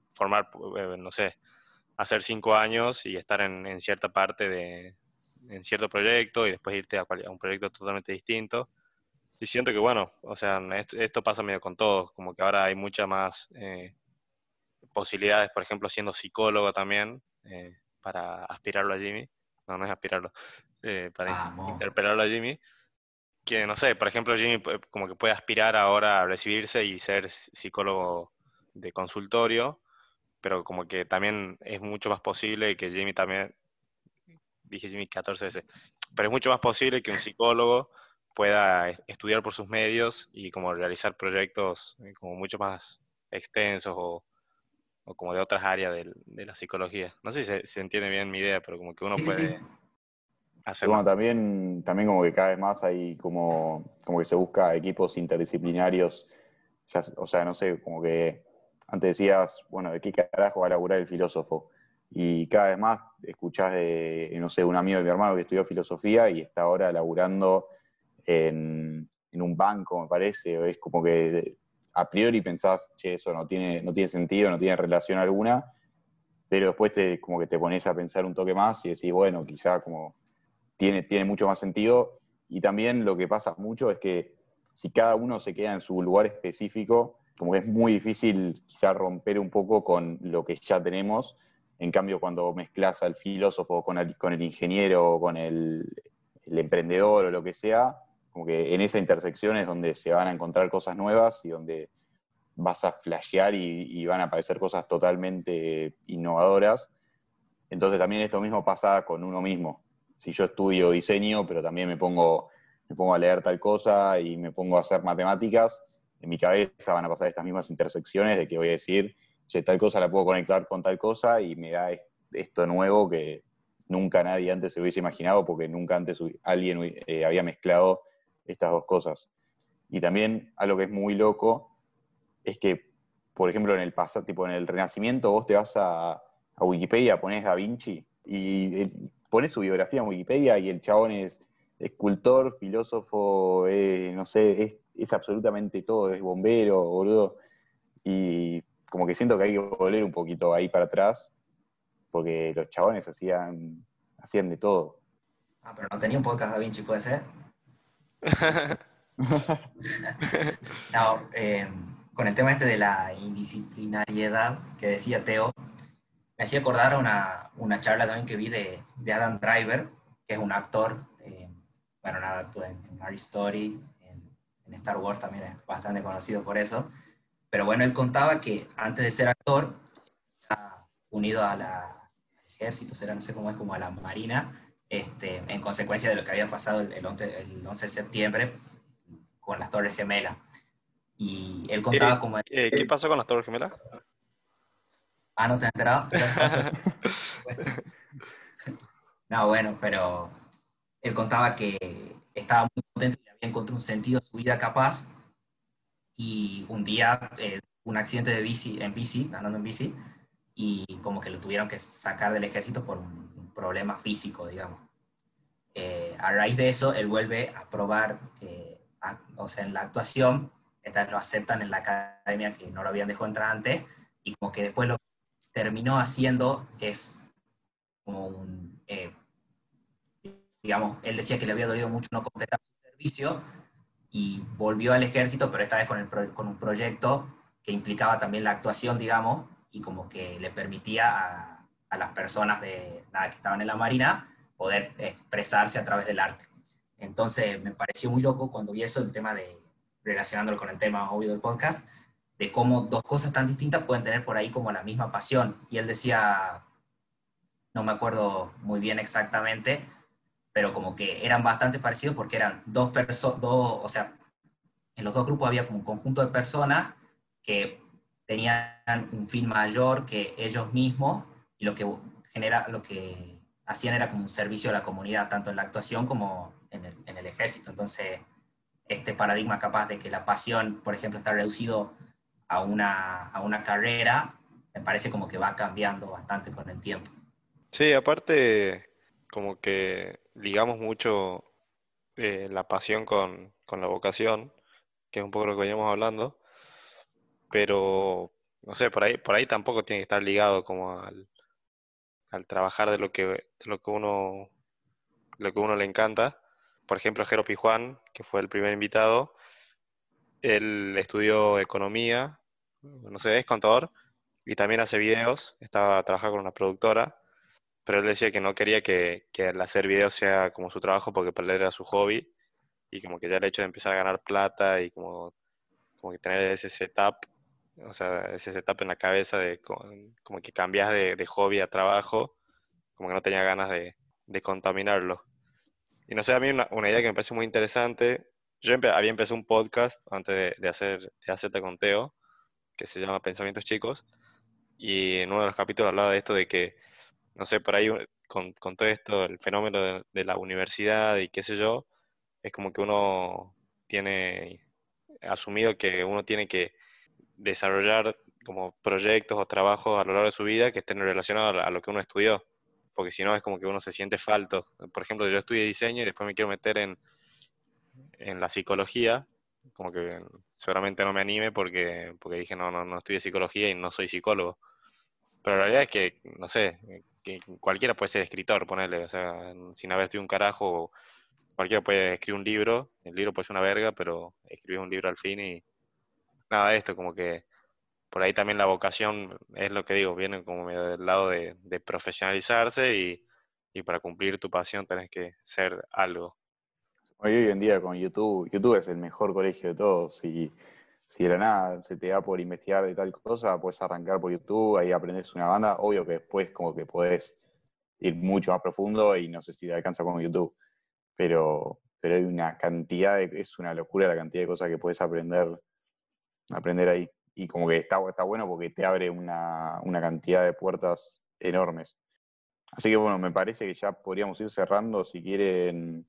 no sé, hacer 5 años y estar en cierta parte en cierto proyecto y después irte a un proyecto totalmente distinto. Y siento que, bueno, o sea, esto pasa medio con todos, como que ahora hay muchas más posibilidades, por ejemplo, siendo psicólogo también, para aspirarlo a Jimmy. No, no es aspirarlo, para Vamos. interpelarlo a Jimmy. Que, no sé, por ejemplo, Jimmy como que puede aspirar ahora a recibirse y ser psicólogo de consultorio, pero como que también es mucho más posible que Jimmy también, dije Jimmy 14 veces, pero es mucho más posible que un psicólogo pueda estudiar por sus medios y como realizar proyectos como mucho más extensos o como de otras áreas de la psicología. No sé si se entiende bien mi idea, pero como que uno Sí, sí, puede sí. Y hacer más. bueno, también como que cada vez más hay como que se busca equipos interdisciplinarios. Ya, o sea, no sé, como que antes decías, bueno, ¿de qué carajo va a laburar el filósofo? Y cada vez más escuchás de, no sé, un amigo de mi hermano que estudió filosofía y está ahora laburando en un banco, me parece. O es como que a priori pensás, che, eso no tiene sentido, no tiene relación alguna, pero después como que te pones a pensar un toque más y decís, bueno, quizá como tiene mucho más sentido. Y también lo que pasa mucho es que si cada uno se queda en su lugar específico, como que es muy difícil quizá romper un poco con lo que ya tenemos. En cambio, cuando mezclas al filósofo con el ingeniero, con el emprendedor o lo que sea, como que en esa intersección es donde se van a encontrar cosas nuevas y donde vas a flashear y van a aparecer cosas totalmente innovadoras. Entonces también esto mismo pasa con uno mismo. Si yo estudio diseño, pero también me pongo a leer tal cosa y me pongo a hacer matemáticas, en mi cabeza van a pasar estas mismas intersecciones de que voy a decir, che, tal cosa la puedo conectar con tal cosa y me da esto nuevo que nunca nadie antes se hubiese imaginado porque nunca antes alguien había mezclado estas dos cosas. Y también algo que es muy loco es que, por ejemplo, en el pasado, tipo en el Renacimiento, vos te vas a Wikipedia, pones Da Vinci y pones su biografía en Wikipedia y el chabón es escultor, filósofo, no sé, es absolutamente todo, es bombero, boludo. Y como que siento que hay que volver un poquito ahí para atrás, porque los chabones hacían de todo. Ah, pero no tenía un podcast Da Vinci, ¿puede ser? No, con el tema este de la indisciplinariedad que decía Teo, me hacía acordar a una charla también que vi de Adam Driver, que es un actor, bueno, nada, actúa en Marriage Story, en Star Wars también es bastante conocido por eso, pero bueno, él contaba que antes de ser actor, estaba unido al ejército, será, no sé cómo es, como a la marina, en consecuencia de lo que había pasado el 11 de septiembre con las Torres Gemelas. Y él contaba como... ¿Qué pasó con las Torres Gemelas? Ah, ¿no te has enterado de lo que pasó? No, bueno, pero él contaba que estaba muy contento y había encontrado un sentido a su vida capaz y un día un accidente de bici, en bici, andando en bici, y como que lo tuvieron que sacar del ejército por un problema físico, digamos. a raíz de eso, él vuelve a probar, o sea, en la actuación, esta vez lo aceptan en la academia que no lo habían dejado entrar antes, y como que después lo que terminó haciendo es como digamos, él decía que le había dolido mucho no completar su servicio, y volvió al ejército, pero esta vez con un proyecto que implicaba también la actuación, digamos, y como que le permitía a las personas que estaban en la Marina poder expresarse a través del arte. Entonces me pareció muy loco cuando vi eso, el tema relacionándolo con el tema obvio del podcast, de cómo dos cosas tan distintas pueden tener por ahí como la misma pasión. Y él decía, no me acuerdo muy bien exactamente, pero como que eran bastante parecidos porque eran o sea, en los dos grupos había como un conjunto de personas que tenían un fin mayor que ellos mismos, y lo que hacían era como un servicio a la comunidad, tanto en la actuación como en el ejército. Entonces, este paradigma capaz de que la pasión, por ejemplo, está reducido a una carrera, me parece como que va cambiando bastante con el tiempo. Sí, aparte, como que ligamos mucho la pasión con la vocación, que es un poco lo que veníamos hablando, pero no sé, por ahí tampoco tiene que estar ligado como al trabajar de lo que uno le encanta. Por ejemplo, Jero Pijuán, que fue el primer invitado, él estudió economía, no sé, es contador, y también hace videos, estaba trabajando con una productora, pero él decía que no quería que el hacer videos sea como su trabajo porque para él era su hobby, y como que ya el hecho de empezar a ganar plata y como que tener ese setup, o sea, ese setup en la cabeza como que cambias de hobby a trabajo, como que no tenía ganas de contaminarlo. Y no sé, a mí una idea que me parece muy interesante, había empezado un podcast antes de hacerte conteo, que se llama Pensamientos Chicos, y en uno de los capítulos hablaba de esto de que, no sé, por ahí con todo esto, el fenómeno de la universidad y qué sé yo, es como que uno tiene asumido que uno tiene que desarrollar como proyectos o trabajos a lo largo de su vida que estén relacionados a lo que uno estudió, porque si no es como que uno se siente falto. Por ejemplo, yo estudié diseño y después me quiero meter en la psicología, como que seguramente no me anime porque dije no estudié psicología y no soy psicólogo. Pero la realidad es que, no sé, que cualquiera puede ser escritor, ponerle, o sea, sin haber estudiado un carajo, cualquiera puede escribir un libro, el libro puede ser una verga, pero escribir un libro al fin y nada de esto, como que por ahí también la vocación es lo que digo, viene como medio del lado de profesionalizarse y para cumplir tu pasión tenés que ser algo. Hoy en día con YouTube es el mejor colegio de todos. Y si de la nada se te da por investigar de tal cosa, puedes arrancar por YouTube, ahí aprendes una banda. Obvio que después como que podés ir mucho más profundo y no sé si te alcanza con YouTube. Pero hay una es una locura la cantidad de cosas que puedes aprender ahí. Y como que está bueno porque te abre una cantidad de puertas enormes. Así que bueno, me parece que ya podríamos ir cerrando si quieren.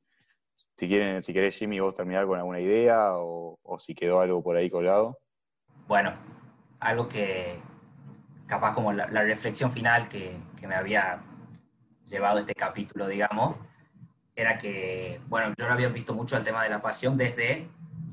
Si querés, Jimmy, vos terminar con alguna idea o si quedó algo por ahí colgado. Bueno, algo que capaz como la reflexión final que me había llevado este capítulo, digamos, era que, bueno, yo no había visto mucho el tema de la pasión desde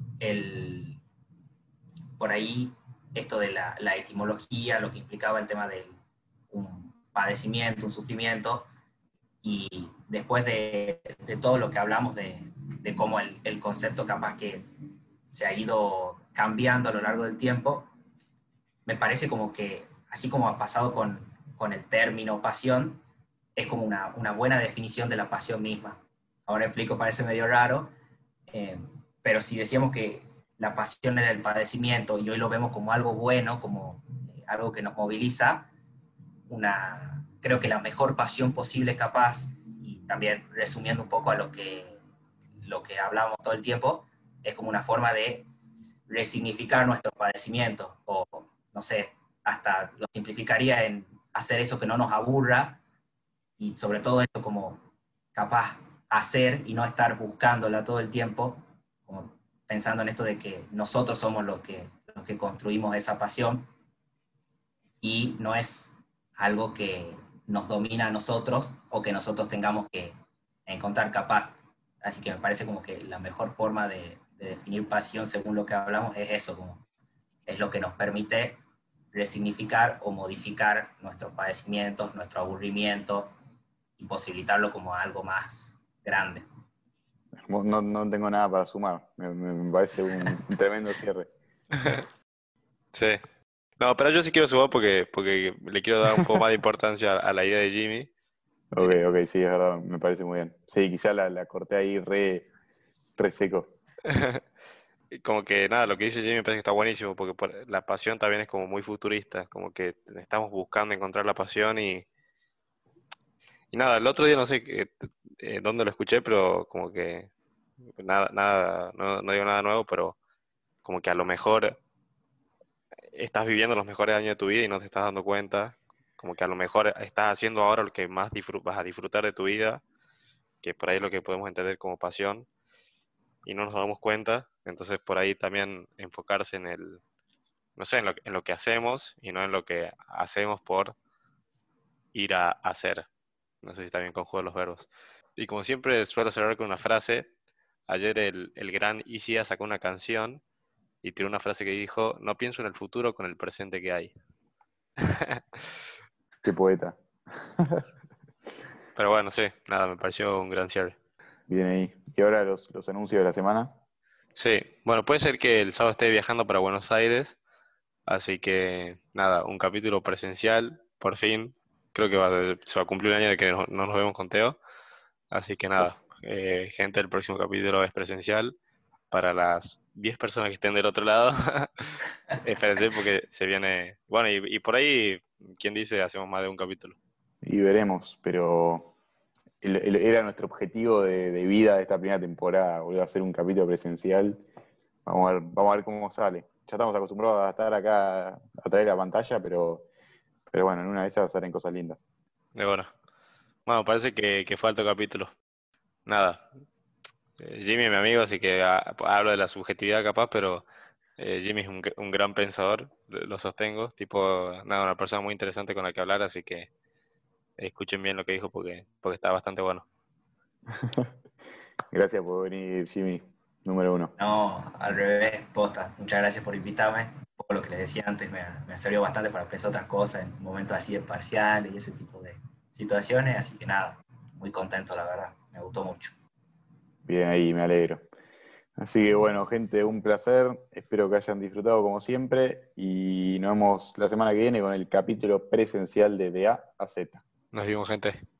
por ahí, esto de la etimología, lo que implicaba el tema de un padecimiento, un sufrimiento, y después de todo lo que hablamos de cómo el concepto capaz que se ha ido cambiando a lo largo del tiempo, me parece como que, así como ha pasado con el término pasión, es como una buena definición de la pasión misma. Ahora explico, parece medio raro, eh, pero si decíamos que la pasión era el padecimiento y hoy lo vemos como algo bueno, como algo que nos moviliza, creo que la mejor pasión posible capaz, y también resumiendo un poco a lo que hablábamos todo el tiempo, es como una forma de resignificar nuestro padecimiento, o no sé, hasta lo simplificaría en hacer eso que no nos aburra, y sobre todo eso como capaz hacer y no estar buscándola todo el tiempo, como pensando en esto de que nosotros somos los que construimos esa pasión y no es algo que nos domina a nosotros o que nosotros tengamos que encontrar capaz. Así que me parece como que la mejor forma de definir pasión, según lo que hablamos, es eso, como es lo que nos permite resignificar o modificar nuestros padecimientos, nuestro aburrimiento y posibilitarlo como algo más grande. No tengo nada para sumar. Me parece un tremendo cierre. Sí. No, pero yo sí quiero sumar porque le quiero dar un poco más de importancia a la idea de Jimmy. Ok, ok, sí, es verdad, me parece muy bien. Sí, quizá la corté ahí re seco. Y como que nada, lo que dice Jimmy me parece que está buenísimo, porque la pasión también es como muy futurista, como que estamos buscando encontrar la pasión y nada, el otro día no sé dónde lo escuché, pero como que nada, no digo nada nuevo, pero como que a lo mejor estás viviendo los mejores años de tu vida y no te estás dando cuenta, como que a lo mejor estás haciendo ahora lo que más vas a disfrutar de tu vida, que por ahí es lo que podemos entender como pasión, y no nos damos cuenta, entonces por ahí también enfocarse en no sé, en lo que hacemos y no en lo que hacemos por ir a hacer. No sé si está bien conjugo los verbos. Y como siempre suelo cerrar con una frase, ayer el gran Isia sacó una canción y tiró una frase que dijo, no pienso en el futuro con el presente que hay. Qué poeta. Pero bueno, sí, nada, me pareció un gran cierre. Bien ahí. Y ahora los anuncios de la semana. Sí, bueno, puede ser que el sábado esté viajando para Buenos Aires, así que nada, un capítulo presencial, por fin. Creo que se va a cumplir un año de que no nos vemos con Teo, así que Uf, nada, gente, el próximo capítulo es presencial para las 10 personas que estén del otro lado. Espérense porque se viene, bueno, y por ahí, ¿quién dice? Hacemos más de un capítulo. y veremos, pero era nuestro objetivo de vida de esta primera temporada, volver a hacer un capítulo presencial. Vamos a ver cómo sale. Ya estamos acostumbrados a estar acá a traer la pantalla, pero bueno, en una de esas salen cosas lindas. De bueno, parece que fue alto capítulo. Nada, Jimmy es mi amigo, así que hablo de la subjetividad capaz, pero Jimmy es un gran pensador, lo sostengo, tipo, nada, una persona muy interesante con la que hablar, así que escuchen bien lo que dijo porque está bastante bueno. Gracias por venir, Jimmy, número uno. No, al revés, posta. Muchas gracias por invitarme. Un poco lo que les decía antes me sirvió bastante para pensar otras cosas en momentos así de parciales y ese tipo de situaciones. Así que nada, muy contento, la verdad. Me gustó mucho. Bien ahí, me alegro. Así que bueno, gente, un placer. Espero que hayan disfrutado como siempre y nos vemos la semana que viene con el capítulo presencial de A a Z. Nos vimos, gente.